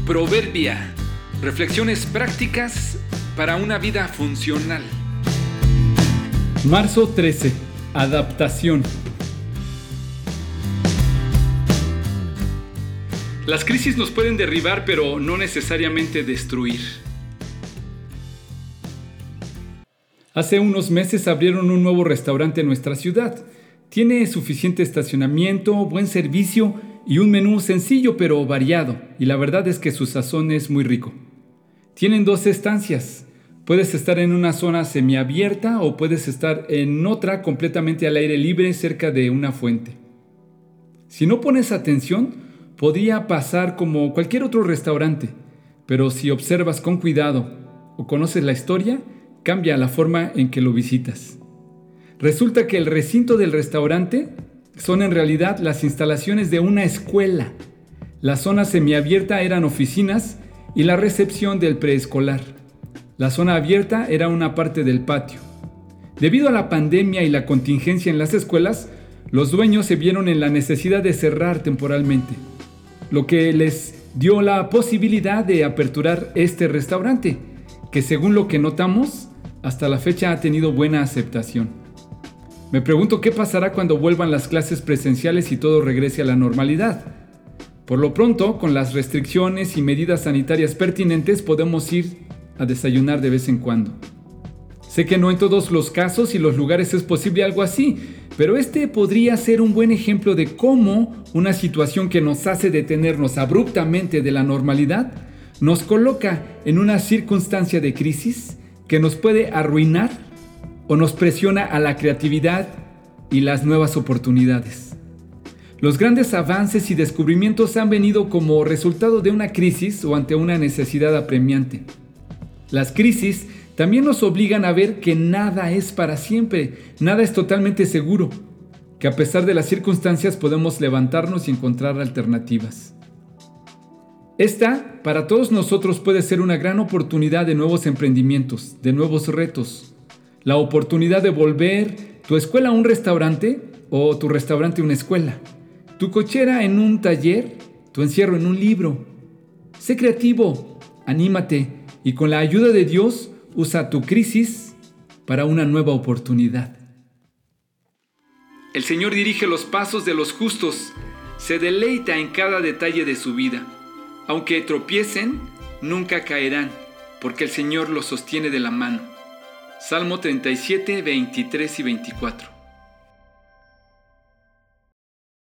Proverbia. Reflexiones prácticas para una vida funcional. Marzo 13. Adaptación. Las crisis nos pueden derribar, pero no necesariamente destruir. Hace unos meses abrieron un nuevo restaurante en nuestra ciudad. Tiene suficiente estacionamiento, buen servicio y un menú sencillo pero variado. Y la verdad es que su sazón es muy rico. Tienen 2 estancias. Puedes estar en una zona semiabierta o puedes estar en otra completamente al aire libre cerca de una fuente. Si no pones atención, podría pasar como cualquier otro restaurante. Pero si observas con cuidado o conoces la historia, cambia la forma en que lo visitas. Resulta que el recinto del restaurante son en realidad las instalaciones de una escuela. La zona semiabierta eran oficinas y la recepción del preescolar. La zona abierta era una parte del patio. Debido a la pandemia y la contingencia en las escuelas, los dueños se vieron en la necesidad de cerrar temporalmente, lo que les dio la posibilidad de aperturar este restaurante, que según lo que notamos, hasta la fecha ha tenido buena aceptación. Me pregunto qué pasará cuando vuelvan las clases presenciales y todo regrese a la normalidad. Por lo pronto, con las restricciones y medidas sanitarias pertinentes, podemos ir a desayunar de vez en cuando. Sé que no en todos los casos y los lugares es posible algo así, pero este podría ser un buen ejemplo de cómo una situación que nos hace detenernos abruptamente de la normalidad nos coloca en una circunstancia de crisis que nos puede arruinar o nos presiona a la creatividad y las nuevas oportunidades. Los grandes avances y descubrimientos han venido como resultado de una crisis o ante una necesidad apremiante. Las crisis también nos obligan a ver que nada es para siempre, nada es totalmente seguro, que a pesar de las circunstancias podemos levantarnos y encontrar alternativas. Esta, para todos nosotros, puede ser una gran oportunidad de nuevos emprendimientos, de nuevos retos. La oportunidad de volver tu escuela a un restaurante o tu restaurante a una escuela. Tu cochera en un taller, tu encierro en un libro. Sé creativo, anímate y con la ayuda de Dios usa tu crisis para una nueva oportunidad. El Señor dirige los pasos de los justos, se deleita en cada detalle de su vida. Aunque tropiecen, nunca caerán, porque el Señor los sostiene de la mano. Salmo 37, 23 y 24.